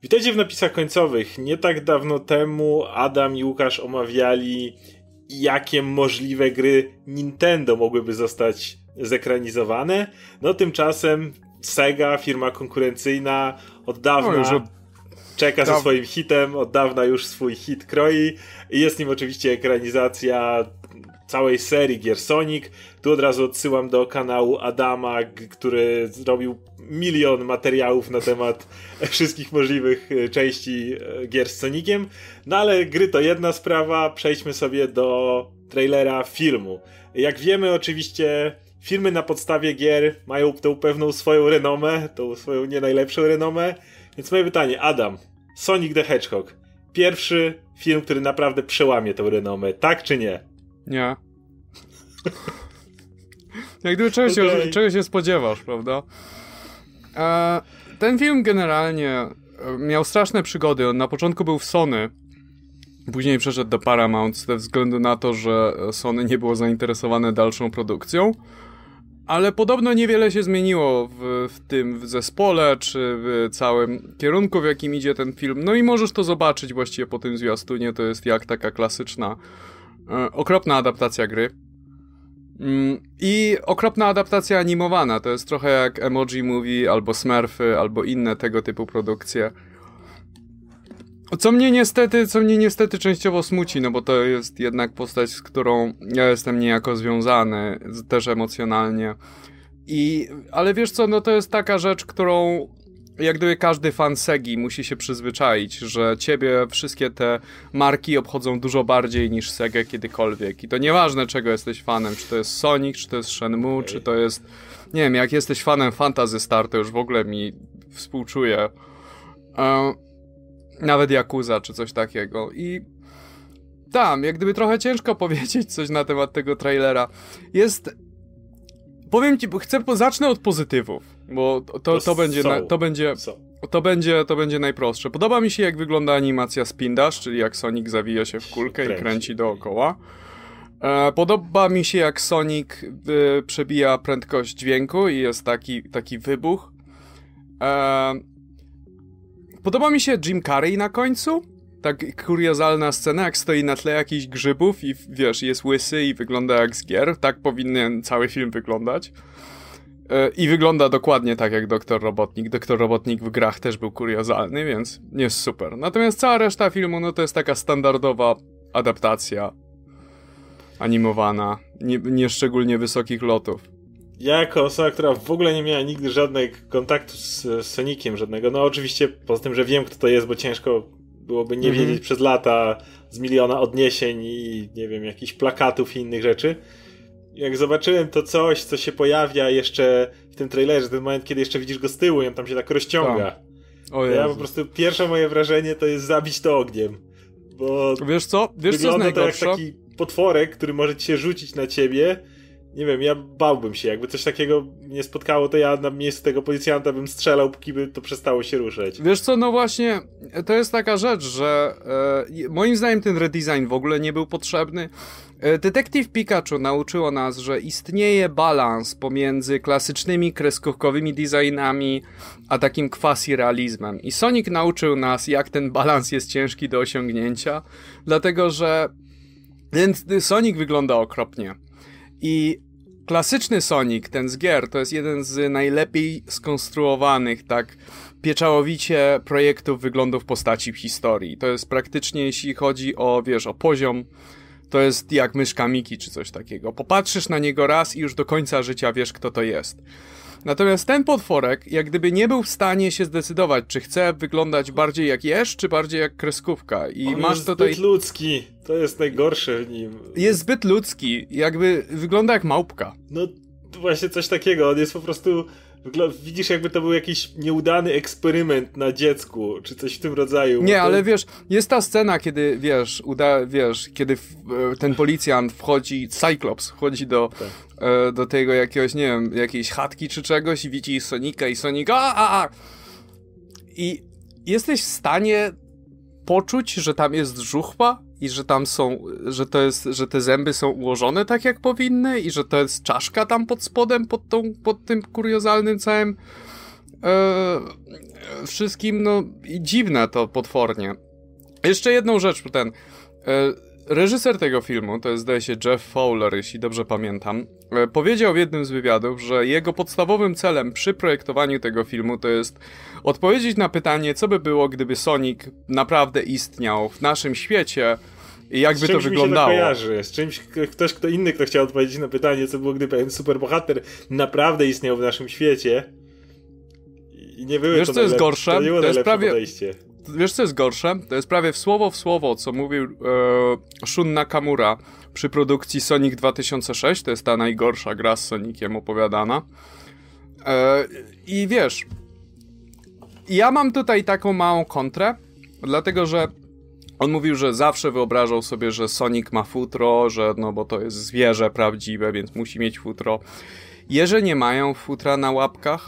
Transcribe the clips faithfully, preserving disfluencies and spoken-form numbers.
Witajcie w napisach końcowych. Nie tak dawno temu Adam i Łukasz omawiali, jakie możliwe gry Nintendo mogłyby zostać zekranizowane. No tymczasem Sega, firma konkurencyjna, od dawna no, że... czeka ze swoim hitem, od dawna już swój hit kroi i jest nim oczywiście ekranizacja całej serii gier Sonic. Tu od razu odsyłam do kanału Adama, który zrobił milion materiałów na temat wszystkich możliwych części gier z Soniciem. No ale gry to jedna sprawa, przejdźmy sobie do trailera filmu. Jak wiemy, oczywiście filmy na podstawie gier mają tą pewną swoją renomę, tą swoją nie najlepszą renomę. Więc moje pytanie, Adam, Sonic the Hedgehog, pierwszy film, który naprawdę przełamie tą renomę, tak czy nie? Nie. Jak gdyby czego, okay. się, czego się spodziewasz, prawda? E, ten film generalnie miał straszne przygody. On na początku był w Sony, później przeszedł do Paramount ze względu na to, że Sony nie było zainteresowane dalszą produkcją. Ale podobno niewiele się zmieniło w, w tym w zespole, czy w całym kierunku, w jakim idzie ten film. No i możesz to zobaczyć właściwie po tym zwiastunie. To jest jak taka klasyczna, e, okropna adaptacja gry. Mm, I okropna adaptacja animowana. To jest trochę jak Emoji Movie, albo Smurfy, albo inne tego typu produkcje. Co mnie niestety, co mnie niestety częściowo smuci, no bo to jest jednak postać, z którą ja jestem niejako związany, też emocjonalnie. I, ale wiesz co, no to jest taka rzecz, którą jak gdyby każdy fan Segi musi się przyzwyczaić, że ciebie wszystkie te marki obchodzą dużo bardziej niż Segę kiedykolwiek. I to nieważne, czego jesteś fanem, czy to jest Sonic, czy to jest Shenmue, okay. czy to jest, nie wiem, jak jesteś fanem Phantasy Star, to już w ogóle mi współczuję. Um, Nawet Yakuza, czy coś takiego. I tam, jak gdyby trochę ciężko powiedzieć coś na temat tego trailera. Jest... Powiem ci, chcę, zacznę od pozytywów, bo to, to, to, będzie, na, to, będzie, to, będzie, to będzie najprostsze. Podoba mi się, jak wygląda animacja Spin Dash, czyli jak Sonic zawija się w kulkę kręci. i kręci dookoła. E, podoba mi się, jak Sonic y, przebija prędkość dźwięku i jest taki, taki wybuch. E, Podoba mi się Jim Carrey na końcu. Tak kuriozalna scena, jak stoi na tle jakichś grzybów i wiesz, jest łysy i wygląda jak z gier. Tak powinien cały film wyglądać. Yy, I wygląda dokładnie tak jak Doktor Robotnik. Doktor Robotnik w grach też był kuriozalny, więc jest super. Natomiast cała reszta filmu, no to jest taka standardowa adaptacja animowana. Nie, nie szczególnie wysokich lotów. Ja jako osoba, która w ogóle nie miała nigdy żadnego kontaktu z, z Soniciem, żadnego, no oczywiście poza tym, że wiem kto to jest, bo ciężko byłoby nie mm-hmm. wiedzieć przez lata z miliona odniesień i nie wiem, jakichś plakatów i innych rzeczy. Jak zobaczyłem to coś, co się pojawia jeszcze w tym trailerze, ten moment, kiedy jeszcze widzisz go z tyłu i on tam się tak rozciąga. O ja po prostu, pierwsze moje wrażenie to jest zabić to ogniem. Bo wiesz co? Wiesz co jest wygląda to jak najgorsze? taki potworek, który może ci się rzucić na ciebie. Nie wiem, ja bałbym się, jakby coś takiego mnie spotkało, to ja na miejscu tego policjanta bym strzelał, póki by to przestało się ruszać. Wiesz co, no właśnie, to jest taka rzecz, że e, moim zdaniem ten redesign w ogóle nie był potrzebny. E, Detective Pikachu nauczyło nas, że istnieje balans pomiędzy klasycznymi kreskówkowymi designami, a takim quasi-realizmem. I Sonic nauczył nas, jak ten balans jest ciężki do osiągnięcia, dlatego że ten Sonic wygląda okropnie. I klasyczny Sonic, ten z gier, to jest jeden z najlepiej skonstruowanych, tak pieczołowicie projektów wyglądów postaci w historii. To jest praktycznie, jeśli chodzi o, wiesz, o poziom, to jest jak myszka Miki czy coś takiego. Popatrzysz na niego raz i już do końca życia wiesz, kto to jest. Natomiast ten potworek, jak gdyby nie był w stanie się zdecydować, czy chce wyglądać bardziej jak jeż, czy bardziej jak kreskówka. I On masz jest tutaj... zbyt ludzki. To jest najgorsze w nim. Jest zbyt ludzki. Jakby wygląda jak małpka. No właśnie coś takiego. On jest po prostu... Widzisz, jakby to był jakiś nieudany eksperyment na dziecku, czy coś w tym rodzaju. Nie, to... ale wiesz, jest ta scena, kiedy, wiesz, uda, wiesz, kiedy w, ten policjant wchodzi, Cyclops wchodzi do, tak. e, do tego jakiegoś, nie wiem, jakiejś chatki czy czegoś i widzi Sonika i Sonic, a, a, a! I jesteś w stanie poczuć, że tam jest żuchwa i że tam są, że to jest, że te zęby są ułożone tak jak powinny i że to jest czaszka tam pod spodem, pod tą, pod tym kuriozalnym całym e, wszystkim, no i dziwne to potwornie. Jeszcze jedną rzecz, ten e, reżyser tego filmu, to jest zdaje się Jeff Fowler, jeśli dobrze pamiętam, e, powiedział w jednym z wywiadów, że jego podstawowym celem przy projektowaniu tego filmu to jest odpowiedzieć na pytanie, co by było, gdyby Sonic naprawdę istniał w naszym świecie i jakby to wyglądało. Mi się to kojarzy. Z czymś ktoś, kto inny, kto chciał odpowiedzieć na pytanie, co było, gdyby pewien superbohater naprawdę istniał w naszym świecie. I nie były Wiesz, to co jest gorsze? To nie było to jest prawie podejście. Wiesz, co jest gorsze? To jest prawie w słowo w słowo, co mówił e, Shun Nakamura przy produkcji Sonic dwa tysiące sześć. To jest ta najgorsza gra z Soniciem opowiadana. E, I wiesz, ja mam tutaj taką małą kontrę, dlatego że on mówił, że zawsze wyobrażał sobie, że Sonic ma futro, że no bo to jest zwierzę prawdziwe, więc musi mieć futro. Jeże nie mają futra na łapkach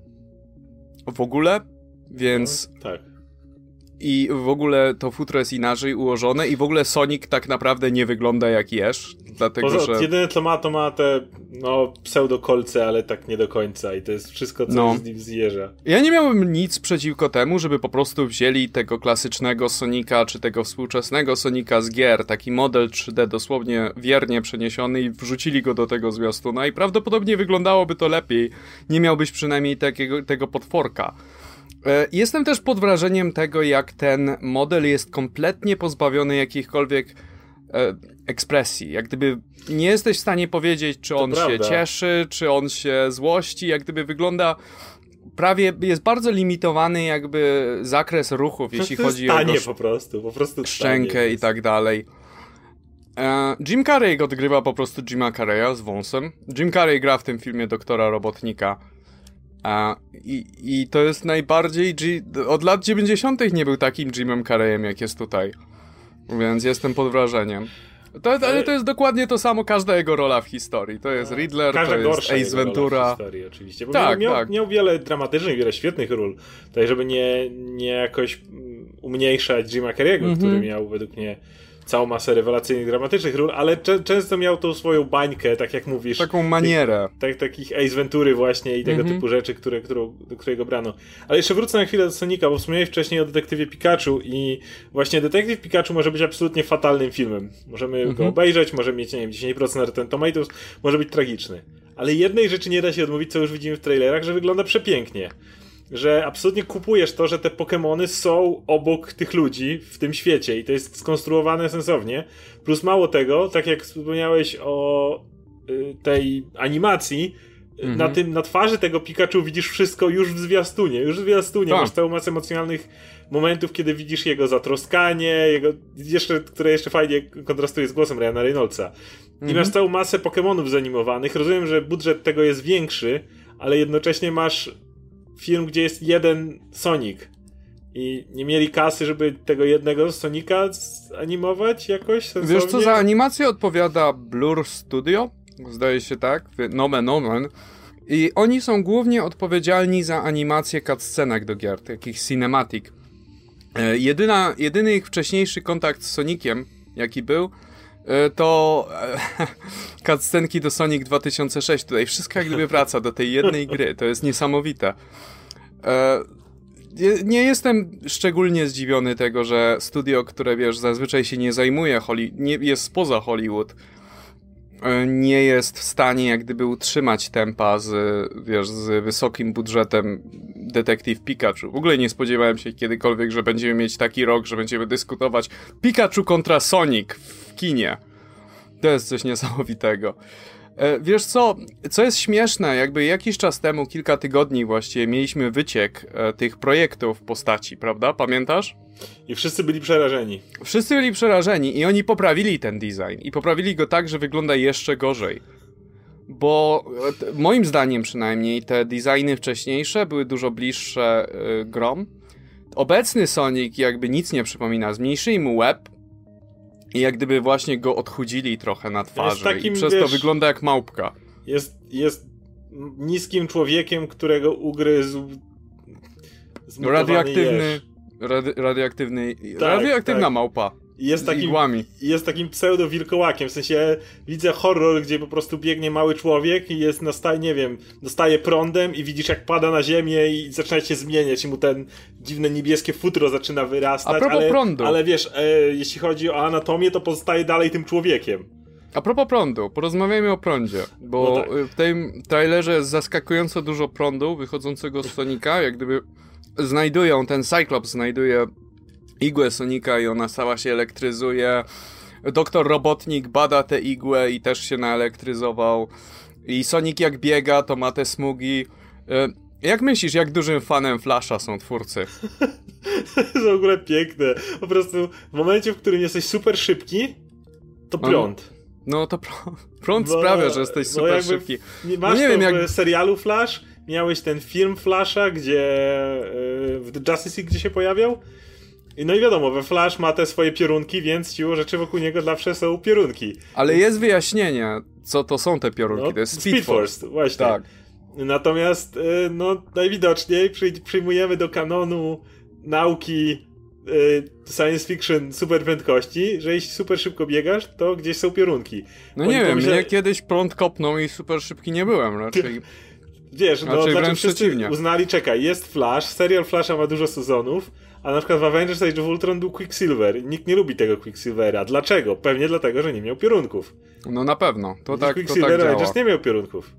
w ogóle, więc... No, tak. I w ogóle to futro jest inaczej ułożone i w ogóle Sonic tak naprawdę nie wygląda jak Jeż, dlatego Poza, że... Jedyne co ma, to ma te no pseudokolce, ale tak nie do końca i to jest wszystko, co no. z nim zjeżdża. Ja nie miałem nic przeciwko temu, żeby po prostu wzięli tego klasycznego Sonika, czy tego współczesnego Sonika z gier, taki model trzy D dosłownie wiernie przeniesiony i wrzucili go do tego zwiastuna i prawdopodobnie wyglądało by to lepiej. Nie miałbyś przynajmniej takiego, tego potworka. Jestem też pod wrażeniem tego, jak ten model jest kompletnie pozbawiony jakichkolwiek e, ekspresji. Jak gdyby nie jesteś w stanie powiedzieć, czy on się cieszy, czy on się złości, jak gdyby wygląda... Prawie jest bardzo limitowany jakby zakres ruchów, to jeśli to chodzi o jego po prostu, po prostu szczękę i tak dalej. E, Jim Carrey odgrywa po prostu Jima Carreya z wąsem. Jim Carrey gra w tym filmie doktora Robotnika. A, i, I to jest najbardziej... G... Od lat dziewięćdziesiątych nie był takim Jimem Carreyem, jak jest tutaj. Więc jestem pod wrażeniem. To, ale to jest dokładnie to samo, każda jego rola w historii. To jest Riddler, każda to jest Ace Ventura. Rola w historii, oczywiście. Bo tak, miał, tak. miał wiele dramatycznych, wiele świetnych ról. Tutaj, żeby nie, nie jakoś umniejszać Jima Carrey'ego, mm-hmm. który miał według mnie całą masę rewelacyjnych, dramatycznych ról, ale cze- często miał tą swoją bańkę, tak jak mówisz. Taką manierę. Tych, tak, takich Ace Ventury właśnie i tego mm-hmm. typu rzeczy, które, którą, do którego brano. Ale jeszcze wrócę na chwilę do Sonika, bo wspomniałeś wcześniej o Detektywie Pikachu i właśnie Detektyw Pikachu może być absolutnie fatalnym filmem. Możemy mm-hmm. go obejrzeć, może mieć, nie wiem, dziesięć procent na Rotten Tomatoes, może być tragiczny. Ale jednej rzeczy nie da się odmówić, co już widzimy w trailerach, że wygląda przepięknie. Że absolutnie kupujesz to, że te Pokemony są obok tych ludzi w tym świecie i to jest skonstruowane sensownie. Plus mało tego, tak jak wspomniałeś o y, tej animacji, mm-hmm. na tym, na twarzy tego Pikachu widzisz wszystko już w zwiastunie. Już w zwiastunie tak. Masz całą masę emocjonalnych momentów, kiedy widzisz jego zatroskanie, jego, jeszcze, które jeszcze fajnie kontrastuje z głosem Ryana Reynoldsa. I mm-hmm. masz całą masę Pokemonów zanimowanych. Rozumiem, że budżet tego jest większy, ale jednocześnie masz film, gdzie jest jeden Sonic i nie mieli kasy, żeby tego jednego Sonika animować jakoś sensownie? Wiesz co, za animację odpowiada Blur Studio, zdaje się tak, nomen omen, i oni są głównie odpowiedzialni za animację cutscenek do gier, takich cinematic. E, jedyna, jedyny ich wcześniejszy kontakt z Soniciem, jaki był, to cutscenki do Sonic dwa tysiące sześć. Tutaj wszystko jak gdyby wraca do tej jednej gry. To jest niesamowite. Nie jestem szczególnie zdziwiony tego, że studio, które wiesz, zazwyczaj się nie zajmuje, Holly- nie jest spoza Hollywood, nie jest w stanie jak gdyby utrzymać tempa z, wiesz, z wysokim budżetem Detektyw Pikachu. W ogóle nie spodziewałem się kiedykolwiek, że będziemy mieć taki rok, że będziemy dyskutować Pikachu kontra Sonic w kinie. To jest coś niesamowitego. E, wiesz co, co jest śmieszne, jakby jakiś czas temu, kilka tygodni właściwie, mieliśmy wyciek e, tych projektów w postaci, prawda? Pamiętasz? I wszyscy byli przerażeni. Wszyscy byli przerażeni i oni poprawili ten design. I poprawili go tak, że wygląda jeszcze gorzej. Bo t- moim zdaniem przynajmniej te designy wcześniejsze były dużo bliższe y, grom. Obecny Sonic jakby nic nie przypomina. Zmniejszyli mu łeb i jak gdyby właśnie go odchudzili trochę na twarzy. Takim, i przez wiesz, to wygląda jak małpka. Jest, jest niskim człowiekiem, którego ugryzł radioaktywny, radi, radioaktywny tak, radioaktywna tak. małpa. jest z takim, igłami. jest takim pseudo-wilkołakiem, w sensie widzę horror, gdzie po prostu biegnie mały człowiek i jest nastaje, nie wiem, dostaje prądem i widzisz jak pada na ziemię i zaczyna się zmieniać i mu ten dziwne niebieskie futro zaczyna wyrastać. A propos ale, prądu. ale wiesz, e, jeśli chodzi o anatomię, to pozostaje dalej tym człowiekiem. A propos prądu, porozmawiajmy o prądzie, bo No tak. w tym trailerze jest zaskakująco dużo prądu wychodzącego z Sonika, jak gdyby znajdują, ten Cyclops znajduje igłę Sonika i ona cała się elektryzuje. Doktor Robotnik bada tę igłę i też się naelektryzował. I Sonic jak biega, to ma te smugi. Jak myślisz, jak dużym fanem Flasha są twórcy? To jest w ogóle piękne. Po prostu w momencie, w którym jesteś super szybki, to prąd. No to prąd, prąd Bo, sprawia, że jesteś super szybki. Nie masz no nie to wiem, w jak... serialu Flash, miałeś ten film Flasha, gdzie w Justice League gdzie się pojawiał. No i wiadomo, we Flash ma te swoje piorunki, więc siłą rzeczy wokół niego zawsze są piorunki. Ale jest wyjaśnienie, co to są te piorunki. No, to jest Speed, Speed Force. Force. Właśnie. Tak. Natomiast no, najwidoczniej przy, przyjmujemy do kanonu nauki science fiction super prędkości, że jeśli super szybko biegasz, to gdzieś są piorunki. No nie wiem, mnie kiedyś prąd kopnął i super szybki nie byłem raczej. Wiesz, no raczej znaczy wszyscy przeciwnie. uznali, czekaj, jest Flash, serial Flasha ma dużo sezonów, a na przykład w Avengers Age of Ultron był Quicksilver. Nikt nie lubi tego Quicksilvera. Dlaczego? Pewnie dlatego, że nie miał piorunków. No na pewno, to tak, to tak działa. Avengers nie miał piorunków.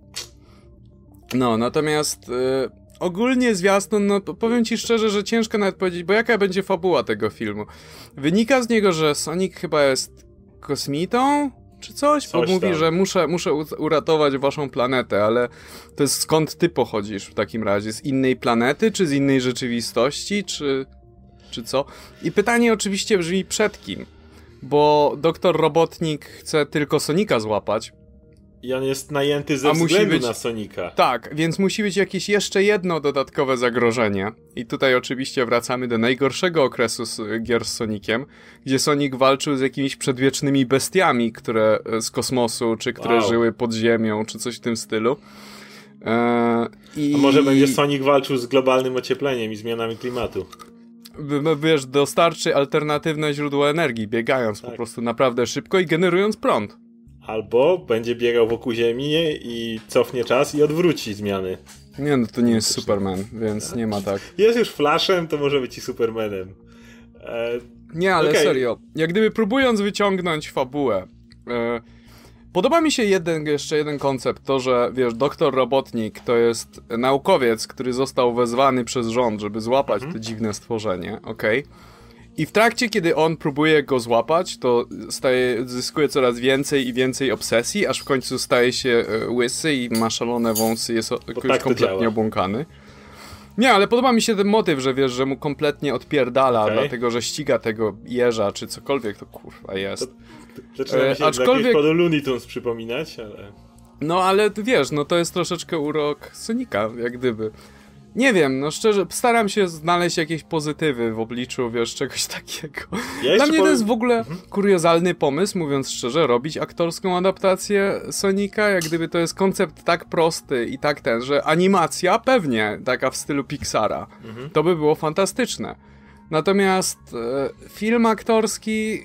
No, natomiast y, ogólnie zwiastun, no powiem ci szczerze, że ciężko nawet powiedzieć, bo jaka będzie fabuła tego filmu. Wynika z niego, że Sonic chyba jest kosmitą, czy coś? coś bo mówi, tam. że muszę, muszę uratować waszą planetę, ale to jest skąd ty pochodzisz w takim razie? Z innej planety, czy z innej rzeczywistości, czy, czy co? I pytanie oczywiście brzmi przed kim? Bo doktor Robotnik chce tylko Sonika złapać. I on jest najęty ze A względu być, na Sonika. Tak, więc musi być jakieś jeszcze jedno dodatkowe zagrożenie. I tutaj oczywiście wracamy do najgorszego okresu gier z Soniciem, gdzie Sonic walczył z jakimiś przedwiecznymi bestiami, które z kosmosu, czy które wow. żyły pod ziemią, czy coś w tym stylu. Eee, i... A może będzie Sonic walczył z globalnym ociepleniem i zmianami klimatu? Wiesz, dostarczy alternatywne źródło energii, biegając tak. po prostu naprawdę szybko i generując prąd. Albo będzie biegał wokół Ziemi i cofnie czas i odwróci zmiany. Nie, no to nie jest Superman, więc nie ma tak. Jest już Flashem, to może być i Supermanem. E... Nie, ale okay. serio. Jak gdyby próbując wyciągnąć fabułę, e... podoba mi się jeden, jeszcze jeden koncept, to, że wiesz, doktor Robotnik to jest naukowiec, który został wezwany przez rząd, żeby złapać mhm. to dziwne stworzenie, okej? Okay? I w trakcie, kiedy on próbuje go złapać, to staje, zyskuje coraz więcej i więcej obsesji, aż w końcu staje się łysy i ma szalone wąsy, jest już tak kompletnie obłąkany. Nie, ale podoba mi się ten motyw, że wiesz, że mu kompletnie odpierdala, okay. dlatego, że ściga tego jeża, czy cokolwiek to kurwa jest. To, to zaczyna mi się Aczkolwiek... do Looney Tunes przypominać, ale... No, ale wiesz, no to jest troszeczkę urok Sonika, jak gdyby. Nie wiem, no szczerze, staram się znaleźć jakieś pozytywy w obliczu, wiesz, czegoś takiego. Ja Dla mnie powiem... to jest w ogóle mhm. kuriozalny pomysł, mówiąc szczerze, robić aktorską adaptację Sonika, jak gdyby to jest koncept tak prosty i tak ten, że animacja pewnie, taka w stylu Pixara, mhm. to by było fantastyczne. Natomiast e, film aktorski,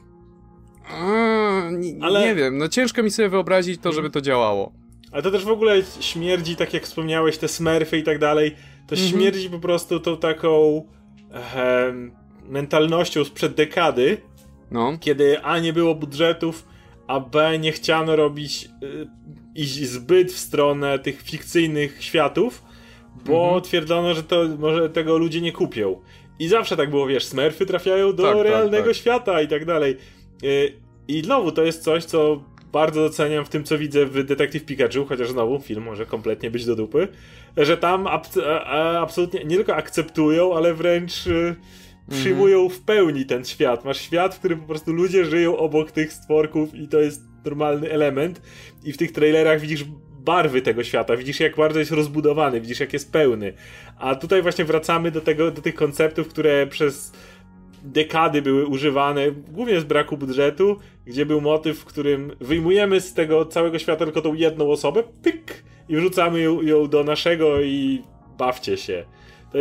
e, nie, Ale... nie wiem, no ciężko mi sobie wyobrazić to, żeby to działało. Ale to też w ogóle śmierdzi, tak jak wspomniałeś, te smurfy i tak dalej, to mm-hmm. śmierdzi po prostu tą taką e, mentalnością sprzed dekady, no. kiedy A nie było budżetów, a B nie chciano robić e, iść zbyt w stronę tych fikcyjnych światów, bo mm-hmm. twierdzono, że to może tego ludzie nie kupią. I zawsze tak było, wiesz, smurfy trafiają do tak, realnego tak, tak. świata i tak dalej. E, I znowu to jest coś, co bardzo doceniam w tym, co widzę w Detective Pikachu, chociaż znowu film może kompletnie być do dupy, że tam ab- a- absolutnie nie tylko akceptują, ale wręcz y, przyjmują mm-hmm. w pełni ten świat. Masz świat, w którym po prostu ludzie żyją obok tych stworków i to jest normalny element i w tych trailerach widzisz barwy tego świata, widzisz jak bardzo jest rozbudowany, widzisz jak jest pełny. A tutaj właśnie wracamy do tego, do tych konceptów, które przez dekady były używane, głównie z braku budżetu, gdzie był motyw, w którym wyjmujemy z tego całego świata tylko tą jedną osobę, pyk, i wrzucamy ją, ją do naszego i bawcie się. To jest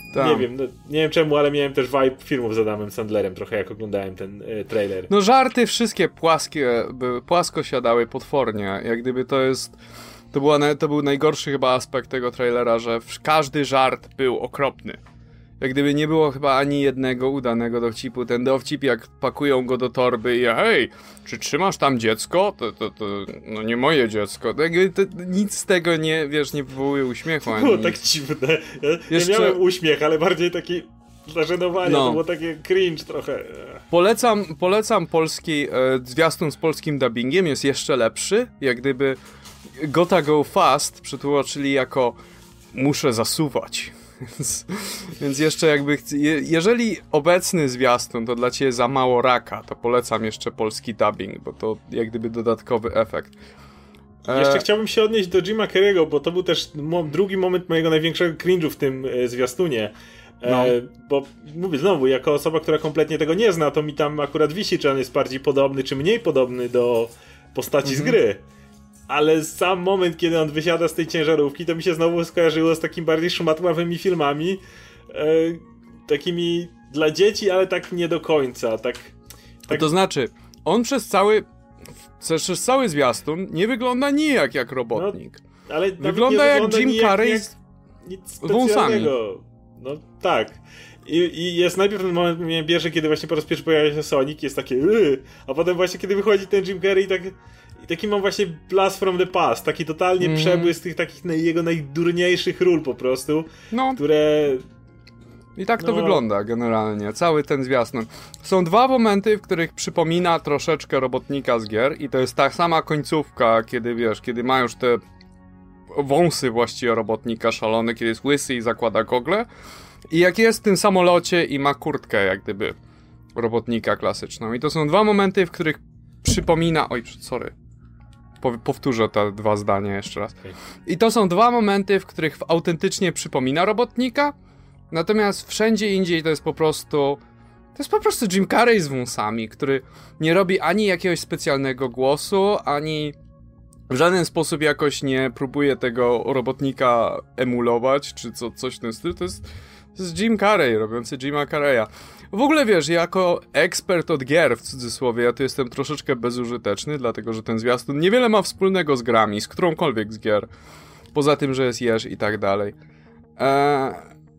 Nie wiem, no, nie wiem czemu, ale miałem też vibe filmów z Adamem Sandlerem trochę, jak oglądałem ten y, trailer. No żarty wszystkie płaskie, by, płasko siadały potwornie, jak gdyby to jest... To, była, to był najgorszy chyba aspekt tego trailera, że każdy żart był okropny. Jak gdyby nie było chyba ani jednego udanego dowcipu. Ten dowcip, jak pakują go do torby i hej, czy trzymasz tam dziecko? To, to, to no nie moje dziecko. To jakby to, nic z tego nie, wiesz, nie wywołuje uśmiechu. Ani było nic. tak dziwne. Ja, Jeszcze... ja miałem uśmiech, ale bardziej taki zażenowanie. No. To było takie cringe trochę. Polecam, polecam polski e, zwiastun z polskim dubbingiem. Jest jeszcze lepszy. Jak gdyby Gotta Go Fast przetłumaczyli jako muszę zasuwać. Więc, więc jeszcze jakby, chc- je, jeżeli obecny zwiastun to dla ciebie za mało raka, to polecam jeszcze polski dubbing, bo to jak gdyby dodatkowy efekt. E... Jeszcze chciałbym się odnieść do Jima Carrey'ego, bo to był też mo- drugi moment mojego największego cringe'u w tym e, zwiastunie. E, no. Bo mówię znowu, jako osoba, która kompletnie tego nie zna, to mi tam akurat wisi, czy on jest bardziej podobny, czy mniej podobny do postaci mm-hmm. z gry. Ale sam moment, kiedy on wysiada z tej ciężarówki, to mi się znowu skojarzyło z takimi bardziej szmatławymi filmami. E, takimi dla dzieci, ale tak nie do końca. Tak, tak... To znaczy, on przez cały przez cały zwiastun nie wygląda nijak jak robotnik. No, ale wygląda jak wygląda Jim Carrey z wąsami. No tak. I, I jest najpierw ten moment, mnie bierze, kiedy właśnie po raz pierwszy pojawia się Sonic, jest takie yy, a potem właśnie kiedy wychodzi ten Jim Carrey i tak... I taki mam właśnie blast from the past, taki totalnie mm. przebłysk tych takich naj, jego najdurniejszych ról po prostu, no. które... I tak to no. wygląda generalnie, cały ten zwiastun. Są dwa momenty, w których przypomina troszeczkę robotnika z gier i to jest ta sama końcówka, kiedy wiesz, kiedy ma już te wąsy właściwie robotnika szalony, kiedy jest łysy i zakłada gogle i jak jest w tym samolocie i ma kurtkę jak gdyby robotnika klasyczną. I to są dwa momenty, w których przypomina... Oj, sorry. Powtórzę te dwa zdania jeszcze raz. I to są dwa momenty, w których autentycznie przypomina robotnika, natomiast wszędzie indziej to jest po prostu... To jest po prostu Jim Carrey z wąsami, który nie robi ani jakiegoś specjalnego głosu, ani w żaden sposób jakoś nie próbuje tego robotnika emulować, czy co, coś w tym stylu. To jest, to jest Jim Carrey, robiący Jima Carreya. W ogóle wiesz, jako ekspert od gier, w cudzysłowie, ja tu jestem troszeczkę bezużyteczny, dlatego że ten zwiastun niewiele ma wspólnego z grami, z którąkolwiek z gier. Poza tym, że jest jeż i tak dalej. Eee,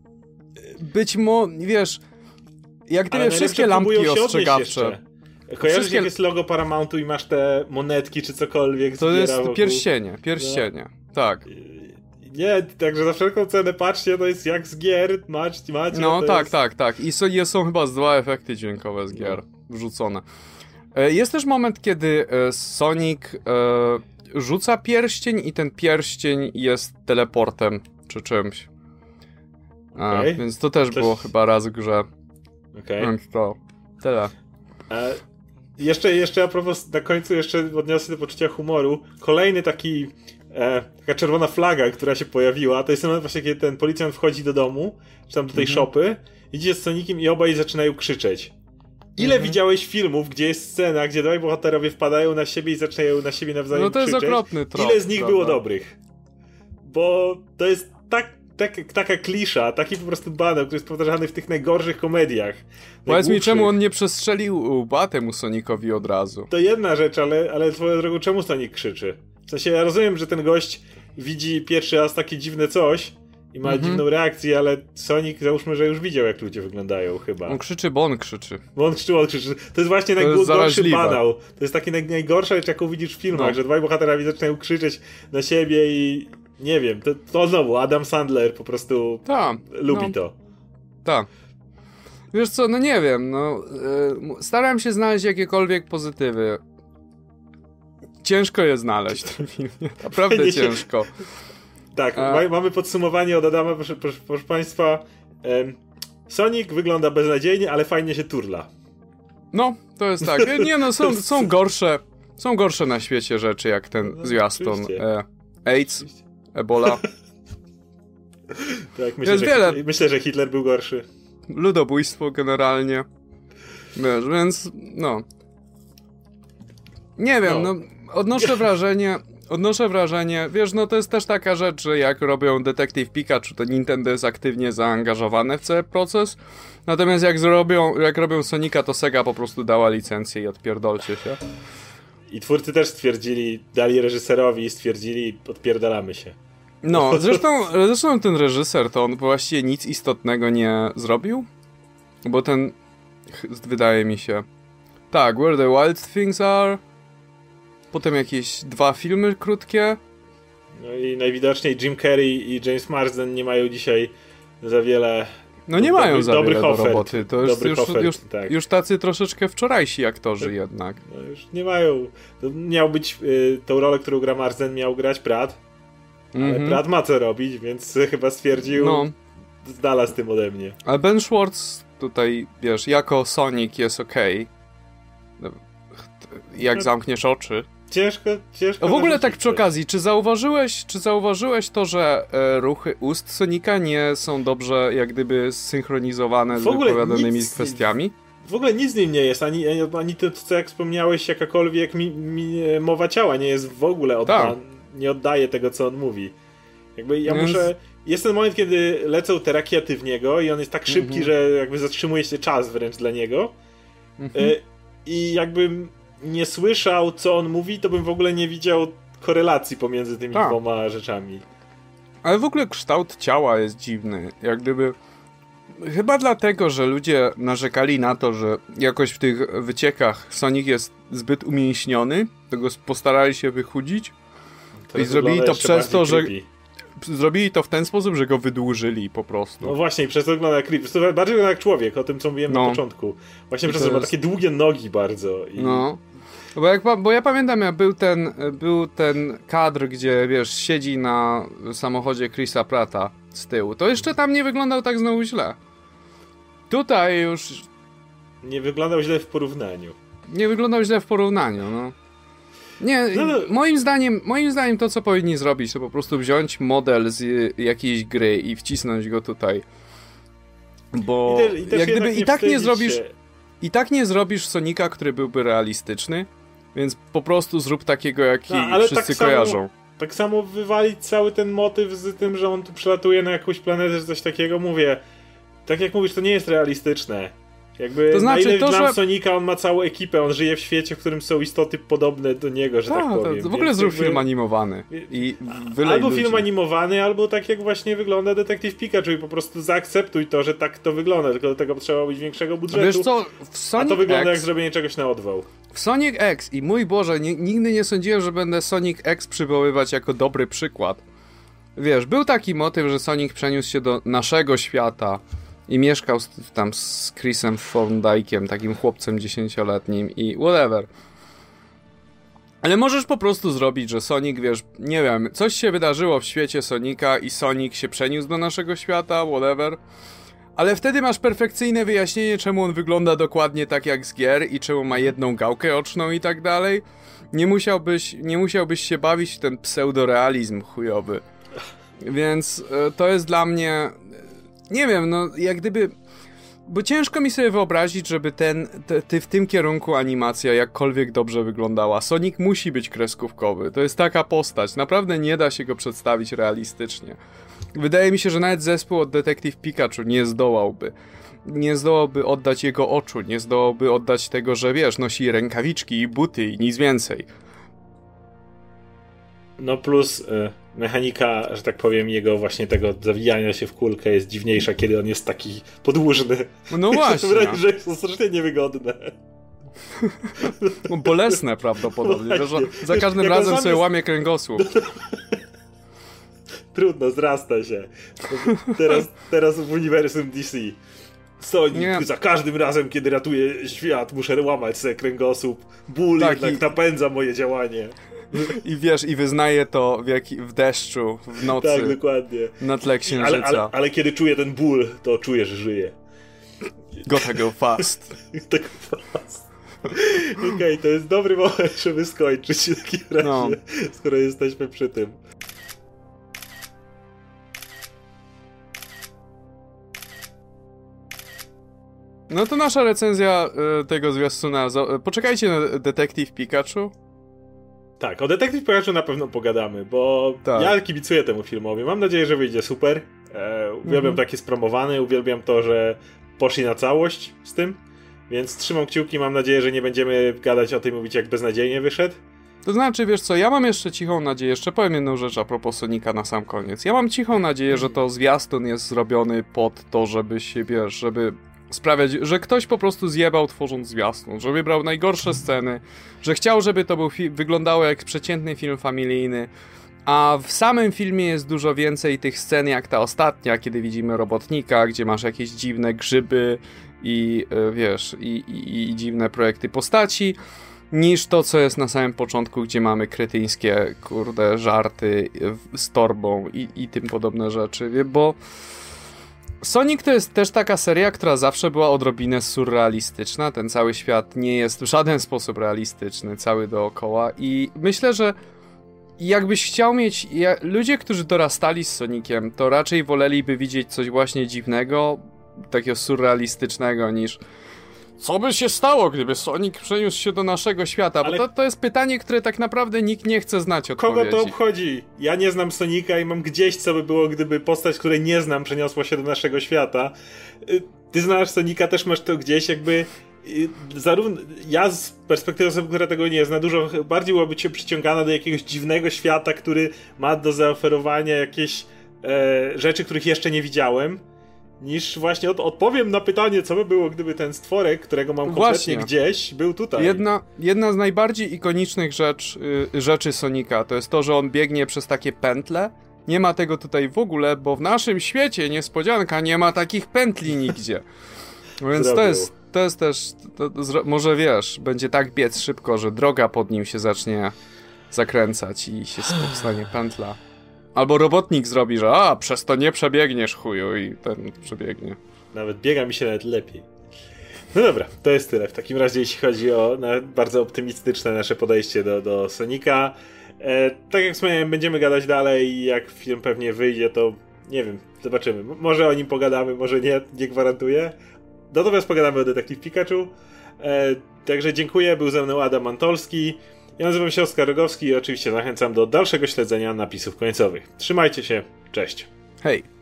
być może, wiesz, jak gdyby wszystkie lampki ostrzegawcze... Kojarzysz, wszystkie... jak jest logo Paramountu i masz te monetki czy cokolwiek? To jest wokół... pierścienie, pierścienie, no. Tak. Nie, także za wszelką cenę patrzcie, to jest jak z gier, macie, macie. No tak, jest... tak, tak. I są, są chyba dwa efekty dźwiękowe z gier no. wrzucone. Jest też moment, kiedy Sonic e, rzuca pierścień i ten pierścień jest teleportem czy czymś. A, okay. Więc to też Coś... było chyba raz w grze. Okej. Okay. Więc to tyle. E, jeszcze, jeszcze a propos, na końcu jeszcze odniosę do poczucia humoru. Kolejny taki E, taka czerwona flaga, która się pojawiła, to jest ten moment właśnie, kiedy ten policjant wchodzi do domu, czy tam do tej mm-hmm. szopy, idzie z Soniciem i obaj zaczynają krzyczeć. Ile mm-hmm. widziałeś filmów, gdzie jest scena, gdzie dwaj bohaterowie wpadają na siebie i zaczynają na siebie nawzajem krzyczeć? No to jest krzyczeć? okropny trop, Ile z nich prawda? było dobrych? Bo to jest tak, tak, taka klisza, taki po prostu banał, który jest powtarzany w tych najgorszych komediach. Powiedz mi, czemu on nie przestrzelił batem u Sonicowi od razu? To jedna rzecz, ale, ale swoją drogą, czemu Sonic krzyczy? W sensie, ja rozumiem, że ten gość widzi pierwszy raz takie dziwne coś i ma mm-hmm. dziwną reakcję, ale Sonic, załóżmy, że już widział, jak ludzie wyglądają chyba. On krzyczy, bo on krzyczy. Bo on krzyczy, bo on krzyczy. To jest właśnie to najgorszy jest banał. To jest taki naj, najgorsza rzecz, jaką widzisz w filmach, no. że dwaj bohaterowie zaczynają krzyczeć na siebie i nie wiem, to, to znowu Adam Sandler po prostu Ta, lubi no. to. Tak. Wiesz co, no nie wiem, no yy, starałem się znaleźć jakiekolwiek pozytywy. Ciężko je znaleźć w tym filmie. Naprawdę nie, ciężko. Tak, A... mamy podsumowanie od Adama, proszę, proszę, proszę państwa. Um, Sonic wygląda beznadziejnie, ale fajnie się turla. No, to jest tak. Nie no, są, są gorsze są gorsze na świecie rzeczy, jak ten no, zwiastun. E, AIDS, oczywiście. Ebola. Tak, myślę że, wiele... myślę, że Hitler był gorszy. Ludobójstwo generalnie. Wiesz, więc no... Nie wiem, no, no odnoszę wrażenie, odnoszę wrażenie, wiesz, no to jest też taka rzecz, że jak robią Detective Pikachu, to Nintendo jest aktywnie zaangażowane w cały proces, natomiast jak zrobią, jak robią Sonika, to Sega po prostu dała licencję i odpierdolcie się. I twórcy też stwierdzili, dali reżyserowi i stwierdzili, odpierdalamy się. No, zresztą, zresztą ten reżyser, to on właściwie nic istotnego nie zrobił, bo ten, wydaje mi się, tak, Where the Wild Things Are, potem jakieś dwa filmy krótkie. No i najwidoczniej Jim Carrey i James Marsden nie mają dzisiaj za wiele. No nie dobry, mają za wiele do ofert, roboty. To już, już, ofert, już, tak. już tacy troszeczkę wczorajsi aktorzy jednak. No już nie mają. To miał być y, tą rolę, którą gra Marsden, miał grać Pratt. Ale mm-hmm. Pratt ma co robić, więc chyba stwierdził, no. Znalazł tym ode mnie. Ale Ben Schwartz tutaj, wiesz, jako Sonic jest okej. Okay. Jak no. zamkniesz oczy. Ciężko, ciężko. W ogóle tak przy okazji, czy zauważyłeś, czy zauważyłeś to, że e, ruchy ust Sonika nie są dobrze jak gdyby synchronizowane z wypowiadanymi nic, kwestiami? W ogóle nic z nim nie jest, ani, ani to, co jak wspomniałeś, jakakolwiek mi, mi, mowa ciała nie jest w ogóle odda, nie oddaje tego, co on mówi. Jakby ja Więc... muszę... Jest ten moment, kiedy lecą te rakiety w niego i on jest tak szybki, mm-hmm. że jakby zatrzymuje się czas wręcz dla niego. Mm-hmm. Y, I jakbym nie słyszał, co on mówi, to bym w ogóle nie widział korelacji pomiędzy tymi Ta. dwoma rzeczami. Ale w ogóle kształt ciała jest dziwny. Jak gdyby... Chyba dlatego, że ludzie narzekali na to, że jakoś w tych wyciekach Sonic jest zbyt umięśniony, to go postarali się wychudzić. To I zrobili to przez to, że... Creepy. Zrobili to w ten sposób, że go wydłużyli po prostu. No właśnie, i przez to wygląda jak creepy. To bardziej wygląda jak człowiek, o tym co mówiłem no. na początku. Właśnie I przez to, że jest... ma takie długie nogi bardzo. I... No. Bo, jak, bo ja pamiętam, jak był ten, był ten kadr, gdzie wiesz, siedzi na samochodzie Chrisa Pratta z tyłu. To jeszcze tam nie wyglądał tak znowu źle. Tutaj już... Nie wyglądał źle w porównaniu. Nie wyglądał źle w porównaniu, no. Nie, no, no. Moim zdaniem, moim zdaniem to, co powinni zrobić, to po prostu wziąć model z jakiejś gry i wcisnąć go tutaj. Bo I też, i też jak gdyby i tak nie zrobisz się. I tak nie zrobisz Sonika, który byłby realistyczny, więc po prostu zrób takiego, jaki no, wszyscy tak kojarzą. Samo, tak samo wywalić cały ten motyw z tym, że on tu przelatuje na jakąś planetę, czy coś takiego, mówię. Tak jak mówisz, to nie jest realistyczne. Jakby to znaczy, na ile to, znam że... Sonika, on ma całą ekipę, on żyje w świecie, w którym są istoty podobne do niego, że Ta, tak powiem. To w ogóle zrób jakby... film animowany. I albo ludzi. film animowany, albo tak jak właśnie wygląda Detective Pikachu i po prostu zaakceptuj to, że tak to wygląda, tylko do tego potrzeba być większego budżetu. Wiesz co, w Sonic a to wygląda X... jak zrobienie czegoś na odwał. W Sonic X i mój Boże, nie, nigdy nie sądziłem, że będę Sonic X przywoływać jako dobry przykład. Wiesz, był taki motyw, że Sonic przeniósł się do naszego świata i mieszkał z, tam z Chrisem Thorndike'iem, takim chłopcem dziesięcioletnim i whatever. Ale możesz po prostu zrobić, że Sonic, wiesz, nie wiem, coś się wydarzyło w świecie Sonika i Sonic się przeniósł do naszego świata, whatever. Ale wtedy masz perfekcyjne wyjaśnienie, czemu on wygląda dokładnie tak jak z gier i czemu ma jedną gałkę oczną i tak dalej. Nie musiałbyś, nie musiałbyś się bawić w ten pseudorealizm chujowy. Więc y, to jest dla mnie... Nie wiem, no jak gdyby... Bo ciężko mi sobie wyobrazić, żeby ten, te, te, w tym kierunku animacja jakkolwiek dobrze wyglądała. Sonic musi być kreskówkowy. To jest taka postać. Naprawdę nie da się go przedstawić realistycznie. Wydaje mi się, że nawet zespół od Detective Pikachu nie zdołałby. Nie zdołałby oddać jego oczu. Nie zdołałby oddać tego, że wiesz, nosi rękawiczki i buty i nic więcej. No plus... Y- mechanika, że tak powiem, jego właśnie tego zawijania się w kulkę jest dziwniejsza, kiedy on jest taki podłużny. No właśnie. Że jest to strasznie niewygodne. No bolesne prawdopodobnie. No że za każdym razem sobie jest... łamie kręgosłup. Trudno, zrasta się. Teraz, teraz w uniwersum D C. Sonic, nie. Za każdym razem, kiedy ratuję świat, muszę łamać sobie kręgosłup. Ból tak, jednak i... napędza moje działanie. I wiesz, i wyznaje to w, jak, w deszczu, w nocy. Tak, dokładnie. Na tle księżyca. Ale, ale, ale kiedy czuję ten ból, to czuję, że żyję. Gotta go fast. Gotta go fast. Okej, okay, to jest dobry moment, żeby skończyć w takim razie, no. Skoro jesteśmy przy tym. No to nasza recenzja y, tego zwiastuna. Poczekajcie na Detective Pikachu. Tak, o Detektyw Pikachu na pewno pogadamy, bo tak. ja kibicuję temu filmowi. Mam nadzieję, że wyjdzie super. E, uwielbiam mm-hmm. takie spromowane, uwielbiam to, że poszli na całość z tym, więc trzymam kciuki, mam nadzieję, że nie będziemy gadać o tym, mówić jak beznadziejnie wyszedł. To znaczy, wiesz co, ja mam jeszcze cichą nadzieję, jeszcze powiem jedną rzecz a propos Sonika na sam koniec. Ja mam cichą nadzieję, że to zwiastun jest zrobiony pod to, żeby się, wiesz, żeby sprawiać, że ktoś po prostu zjebał tworząc zwiastun, że wybrał najgorsze sceny, że chciał, żeby to był fi- wyglądało jak przeciętny film familijny, a w samym filmie jest dużo więcej tych scen jak ta ostatnia, kiedy widzimy robotnika, gdzie masz jakieś dziwne grzyby i yy, wiesz, i, i, i dziwne projekty postaci, niż to, co jest na samym początku, gdzie mamy kretyńskie, kurde, żarty z torbą i, i tym podobne rzeczy, bo Sonic to jest też taka seria, która zawsze była odrobinę surrealistyczna, ten cały świat nie jest w żaden sposób realistyczny, cały dookoła i myślę, że jakbyś chciał mieć, ja, ludzie, którzy dorastali z Soniciem, to raczej woleliby widzieć coś właśnie dziwnego, takiego surrealistycznego niż co by się stało, gdyby Sonic przeniósł się do naszego świata? Ale... Bo to, to jest pytanie, które tak naprawdę nikt nie chce znać odpowiedzi. Kogo to obchodzi? Ja nie znam Sonika i mam gdzieś, co by było, gdyby postać, której nie znam, przeniosła się do naszego świata. Ty znasz Sonika, też masz to gdzieś, jakby... Zarówno ja z perspektywy osoby, która tego nie zna, dużo bardziej byłaby cię przyciągana do jakiegoś dziwnego świata, który ma do zaoferowania jakieś e, rzeczy, których jeszcze nie widziałem, niż właśnie od, odpowiem na pytanie, co by było, gdyby ten stworek, którego mam kompletnie właśnie gdzieś, był tutaj. Jedna, jedna z najbardziej ikonicznych rzecz, y, rzeczy Sonika to jest to, że on biegnie przez takie pętle. Nie ma tego tutaj w ogóle, bo w naszym świecie, niespodzianka, nie ma takich pętli nigdzie. Więc Zrobił. to jest, to jest też, to, to zro, może wiesz, będzie tak biec szybko, że droga pod nim się zacznie zakręcać i się powstanie pętla. Albo robotnik zrobi, że a, przez to nie przebiegniesz, chuju, i ten przebiegnie. Nawet biega mi się nawet lepiej. No dobra, to jest tyle. W takim razie, jeśli chodzi o na, bardzo optymistyczne nasze podejście do, do Sonika. E, tak jak wspomniałem, będziemy gadać dalej i jak film pewnie wyjdzie, to nie wiem, zobaczymy. Może o nim pogadamy, może nie, nie gwarantuję. Natomiast pogadamy o Detektyw Pikachu. E, także dziękuję, był ze mną Adam Antolski. Ja nazywam się Oskar Rogowski i oczywiście zachęcam do dalszego śledzenia napisów końcowych. Trzymajcie się, cześć. Hej.